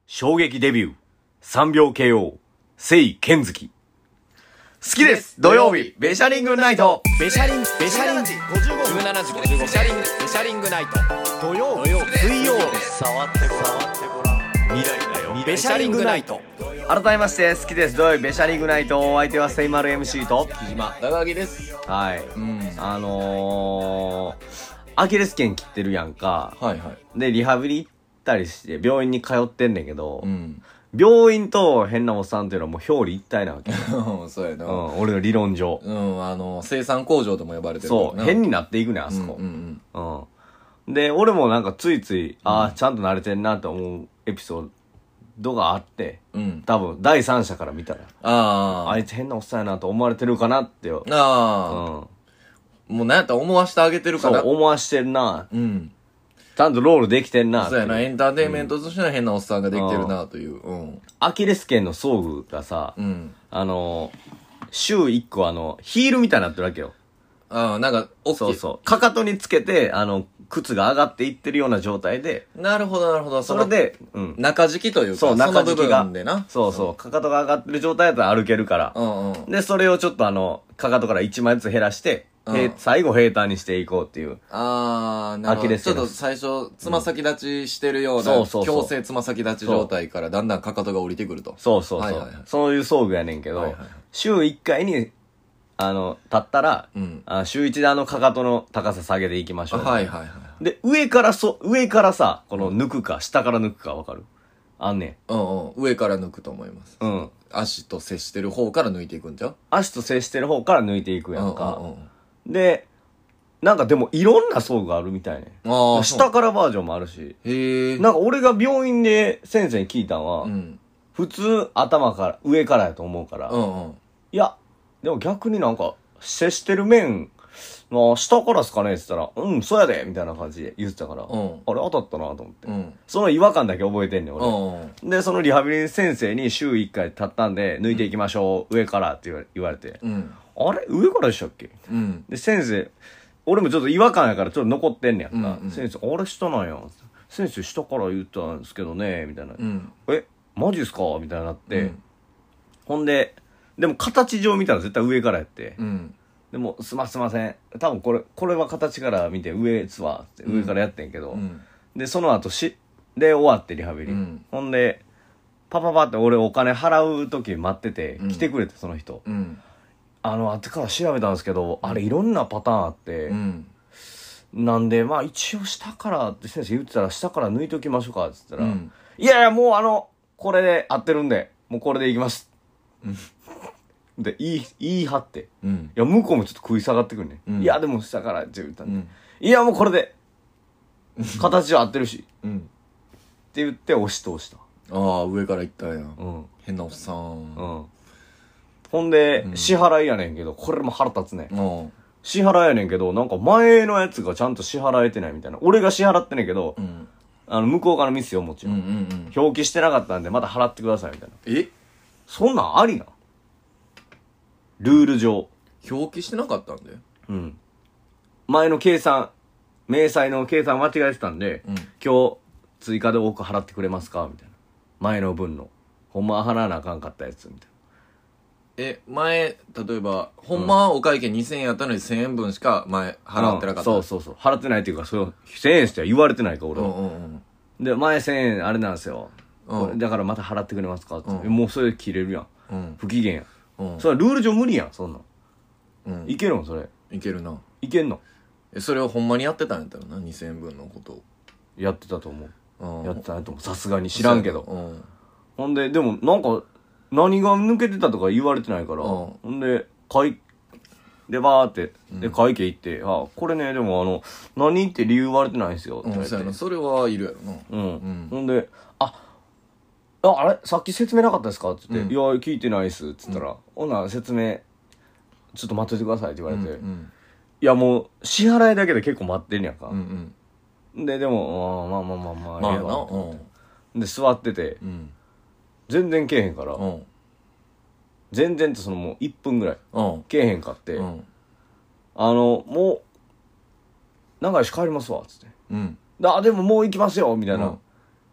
衝撃デビュー3秒 KO 聖剣月好きです土曜日ベシャリングナイトベシャリン17時55ベシャリングナイト土曜水曜触ってごらん未来だよベシャリングナイト。 改めまして好きです土曜日ベシャリングナイトお相手はセイマル MC と木島高木です。 はいアキレス腱切ってるやんか。 はいはい。 でリハビリ行ったりして病院に通ってんねんけど、 うん病院と変なおっさんっていうのはもう表裏一体なわけそうやな。 俺の理論上生産工場とも呼ばれてるそう変になっていくねあそこ。で俺もなんかついついちゃんと慣れてんなと思うエピソードがあって、多分第三者から見たらあいつ変なおっさんやなと思われてるかなってもうなんやったら思わしてあげてるかな。 そう思わしてるな。ちゃんとロールできてんな。 そうやな、エンターテインメントとしての変なおっさんができてるなという。 アキレス腱の装具がさ、週1個ヒールみたいになってるわけよ。 なんか、 そう。かかとにつけて、靴が上がっていってるような状態で。 なるほど。 それで、 中敷きというか、 そう中敷きがその部分でな。 そう。かかとが上がってる状態だと歩けるから。で、それをちょっとかかとから1枚ずつ減らして、最後平坦にしていこうっていう。 なるほど。ちょっと最初、つま先立ちしてるような、強制つま先立ち状態からだんだんかかとが降りてくると。そう。 そういう装具やねんけど、週1回に、立ったら、週1でかかとの高さ下げていきましょう。で、上からさ、この抜くか、下から抜くかわかる？あんねん。上から抜くと思います。足と接してる方から抜いていくんちゃう？ 足と接してる方から抜いていくやんか。で、なんかでもいろんな装具があるみたいね。下からバージョンもあるし。なんか俺が病院で先生に聞いたんは、普通頭から上からやと思うから、いや、でも逆になんか接してる面下からっすかねって言ったら、そうやでみたいな感じで言ってたから、あれ当たったなと思って、その違和感だけ覚えてんねん俺。でそのリハビリ先生に週1回立ったんで抜いていきましょう、上からって言われて、あれ上からでしたっけ？で先生、俺もちょっと違和感やからちょっと残ってんねやんか。先生、あれ下なんや。先生下から言ったんですけどねみたいな。マジっすかみたいになって、ほんでも形上見たら絶対上からやって、でもすいません多分これは形から見て上っすわって上からやってんけど、でその後で終わってリハビリ、ほんでパって俺お金払う時待ってて、来てくれてその人、後から調べたんですけど、あれいろんなパターンあって、なんで一応下からって先生言ってたら下から抜いておきましょうかって言ったら、いやもうこれで合ってるんでもうこれでいきますで言い張って、いや向こうもちょっと食い下がってくるね、いやでも下からって言ったんで、いやもうこれで形は合ってるし、って言って押し通した。 上から行ったんや。変なおっさん。 ほんで、支払いやねんけど、これも腹立つね。支払いやねんけど、なんか前のやつがちゃんと支払えてないみたいな。俺が支払ってんねんけど、向こう側のミスよもちろん。表記してなかったんでまた払ってくださいみたいな。そんなんありな？ルール上。 表記してなかったんで？ 前の計算、明細の計算間違えてたんで、今日追加で多く払ってくれますかみたいな。前の分の。ほんまは払わなあかんかったやつみたいな。 前、例えば、ほんまはお会計2000円やったのに1000円分しか前払ってなかった。 そう。払ってないっていうか、1000円しては言われてないか、俺は。で、前1000円あれなんですよ。だからまた払ってくれますかって。もうそれで切れるやん。不機嫌やん。それはルール上無理やん、そんなん。いけるんそれ。 いけるな。 いけんの？ それをほんまにやってたんやったらな、2000円分のことを。 やってたと思う。やってたんやと思う。さすがに知らんけど。ほんで、でもなんか、何が抜けてたとか言われてないから、ほんででバーってで会計行って、これねでも何って理由言われてないんですよって言われて、 それはいるやろな。 ほんであれさっき説明なかったですかって言って、いや聞いてないっすって言ったら、ほな説明ちょっと待っといてくださいって言われて、いやもう支払いだけで結構待ってんやんか。でもまあええわで座ってて、全然けえへんから、全然ってそのもう1分ぐらいけえへんかって、もう長いし帰りますわっつって、でももう行きますよみたいな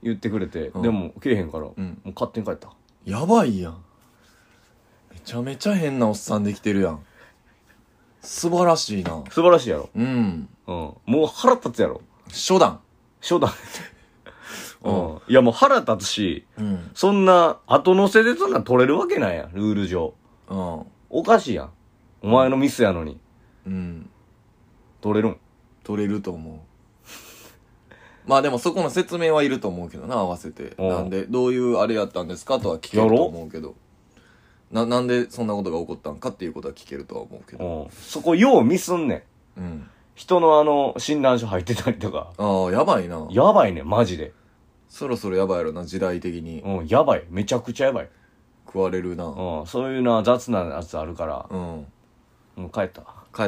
言ってくれて、でもけえへんから、もう勝手に帰った。 やばいやん。めちゃめちゃ変なおっさんできてるやん。素晴らしいな。 素晴らしいやろ。 うん。 もう腹立つやろ。 初段。 初段。いやもう腹立つし、そんな後乗せでそんなん取れるわけないやん、ルール上。おかしいやん。お前のミスやのに。取れるん？ 取れると思う。まあでもそこの説明はいると思うけどな、合わせて。なんで、どういうあれやったんですかとは聞けると思うけど。なんでそんなことが起こったんかっていうことは聞けるとは思うけど。 そこようミスんねん。人の診断書入ってたりとか。 ああ、やばいな。 やばいね、マジで。 そろそろやばいやろな、時代的に。 やばい。めちゃくちゃやばい。 食われるな。 そういうな、雑なやつあるから。もう帰った。 帰った。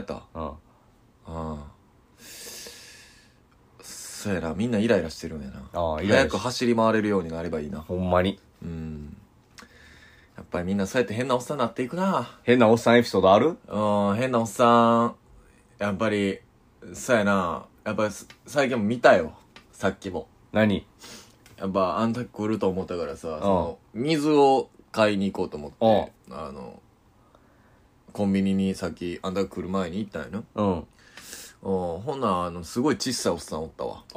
そうやな、みんなイライラしてるねんな。早く走り回れるようになればいいな。 ほんまに。 やっぱりみんなそうやって変なおっさんになっていくな。 変なおっさんエピソードある？ 変なおっさん、やっぱり、そうやな。やっぱり最近も見たよ。さっきも。 何？ やっぱあんた来ると思ったからさ、水を買いに行こうと思って、コンビニにさっきあんた来る前に行ったんやな。ほんならすごい小さいおっさんおったわ。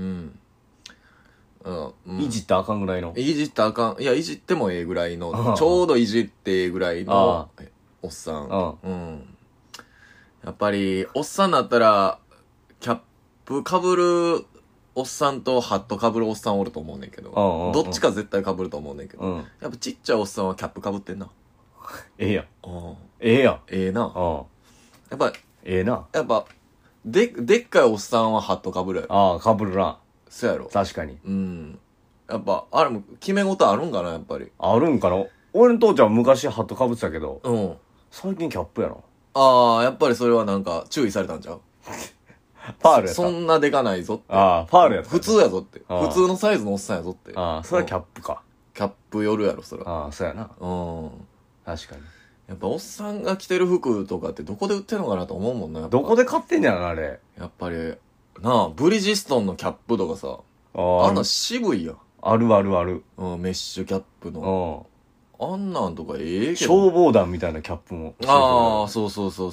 いじったらあかんぐらいの。 いじったらあかん。いや、いじってもええぐらいの、ちょうどいじってええぐらいのおっさん。やっぱり、おっさんになったら、キャップかぶるおっさんとハットかぶるおっさんおると思うねんけど、どっちか絶対かぶると思うねんけど、やっぱちっちゃいおっさんはキャップかぶってんな。 ええやん。ええやん。 ええな。やっぱ、 ええな。 やっぱ、でっかいおっさんはハットかぶるやろ。 かぶるな。 そうやろ。 確かに。 やっぱ、あれも決め事あるんかな、やっぱり。 あるんかな。俺の父ちゃん昔ハットかぶってたけど、最近キャップやな。 やっぱりそれはなんか注意されたんちゃう？ ファールやった。 そんなでかないぞって。 ファールやった。 普通やぞって。普通のサイズのおっさんやぞって。 それはキャップか。 キャップ寄るやろ、それは。 そうやな。確かに。 やっぱおっさんが着てる服とかってどこで売ってんのかなと思うもんな。 どこで買ってんねやろ、あれ。 やっぱり、なあ、ブリヂストンのキャップとかさ、あんな渋いやん。 あるあるある。 メッシュキャップの。あんなんとかええけど。消防団みたいなキャップも。 そう。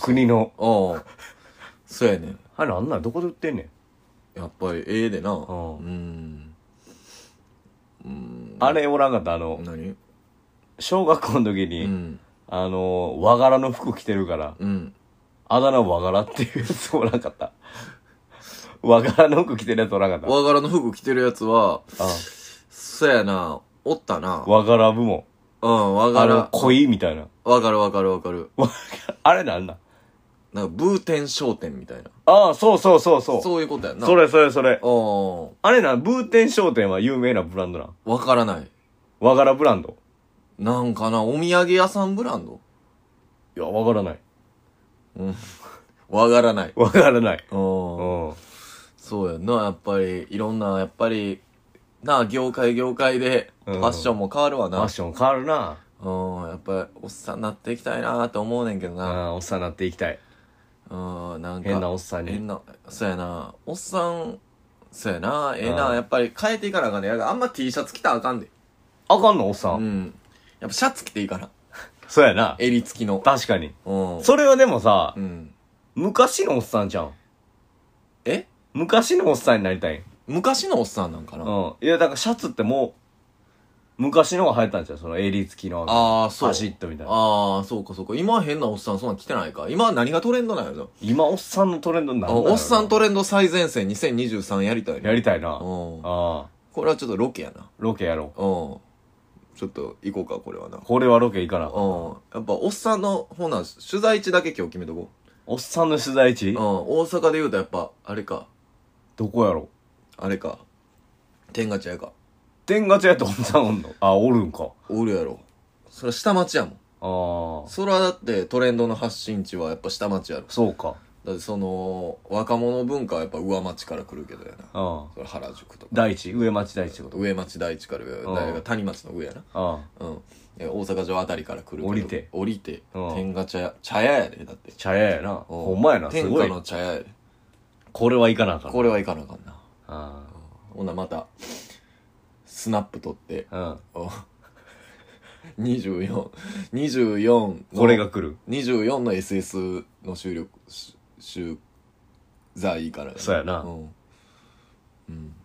国の。 そうやねん。 あれあんなんどこで売ってんねん。やっぱりええでな。 あれおらんかった何？ 小学校の時に、和柄の服着てるから、あだ名和柄っていうやつおらんかった。和柄の服着てるやつおらんかった。 和柄の服着てるやつは、そうやな、おったな。 和柄部門。 和柄。 恋みたいな。 わかる。 あれなんだ？ なんか、ブーテン商店みたいな。 そう。 そういうことやんな。 それ。あれな、ブーテン商店は有名なブランドなん？ わからない。 和柄ブランド？ なんかな、お土産屋さんブランド？ いや、わからない。 わからない。そうやな、やっぱり、いろんな、やっぱり、なあ、業界で、ファッションも変わるわな。 ファッション変わるな。 やっぱり、おっさんになっていきたいなって思うねんけどな。 おっさんになっていきたい。 なんか。 変なおっさんに。 そうやな。おっさん、そうやな。やっぱり変えていかなあかんね。あんま T シャツ着たらあかんで。 あかんのおっさん。 やっぱシャツ着ていいかな。 そうやな。 襟付きの。 確かに。それはでもさ、昔のおっさんじゃん。昔のおっさんになりたい。 昔のおっさんなんかな。 いや、だからシャツってもう、昔のが流行ったんちゃう？その襟付きの。 そう。 パシッとみたいな。 そうか。今変なおっさんそんなん着てないか。今何がトレンドなんやろ？ 今おっさんのトレンドなんだろうな。 おっさんトレンド最前線2023やりたいね。 やりたいな。 これはちょっとロケやな。 ロケやろう。ちょっと行こうか、これはな。 これはロケ行かな。 やっぱおっさんの、ほな、取材地だけ今日決めとこう。おっさんの取材地？ 大阪で言うとやっぱ、あれか。 どこやろ？ あれか。天下茶屋か。 天下茶屋っておっさんおんの？おるんか。 おるやろ。それは下町やもん。それはだってトレンドの発信地はやっぱ下町やろ。 そうか。 だってその、若者文化はやっぱ上町から来るけどやな。それ原宿とか。 上町大地ってこと？ 上町大地から、谷町の上やな。大阪城あたりから来るけど。降りて。天下茶屋やで、だって。 茶屋やな。ほんまやな、すごい。 天下の茶屋やで。 これは行かなあかん。 これは行かなあかんな。ほんなまた、 スナップ撮って、24 これが来る 24の SS の取材から、 そうやな。 うん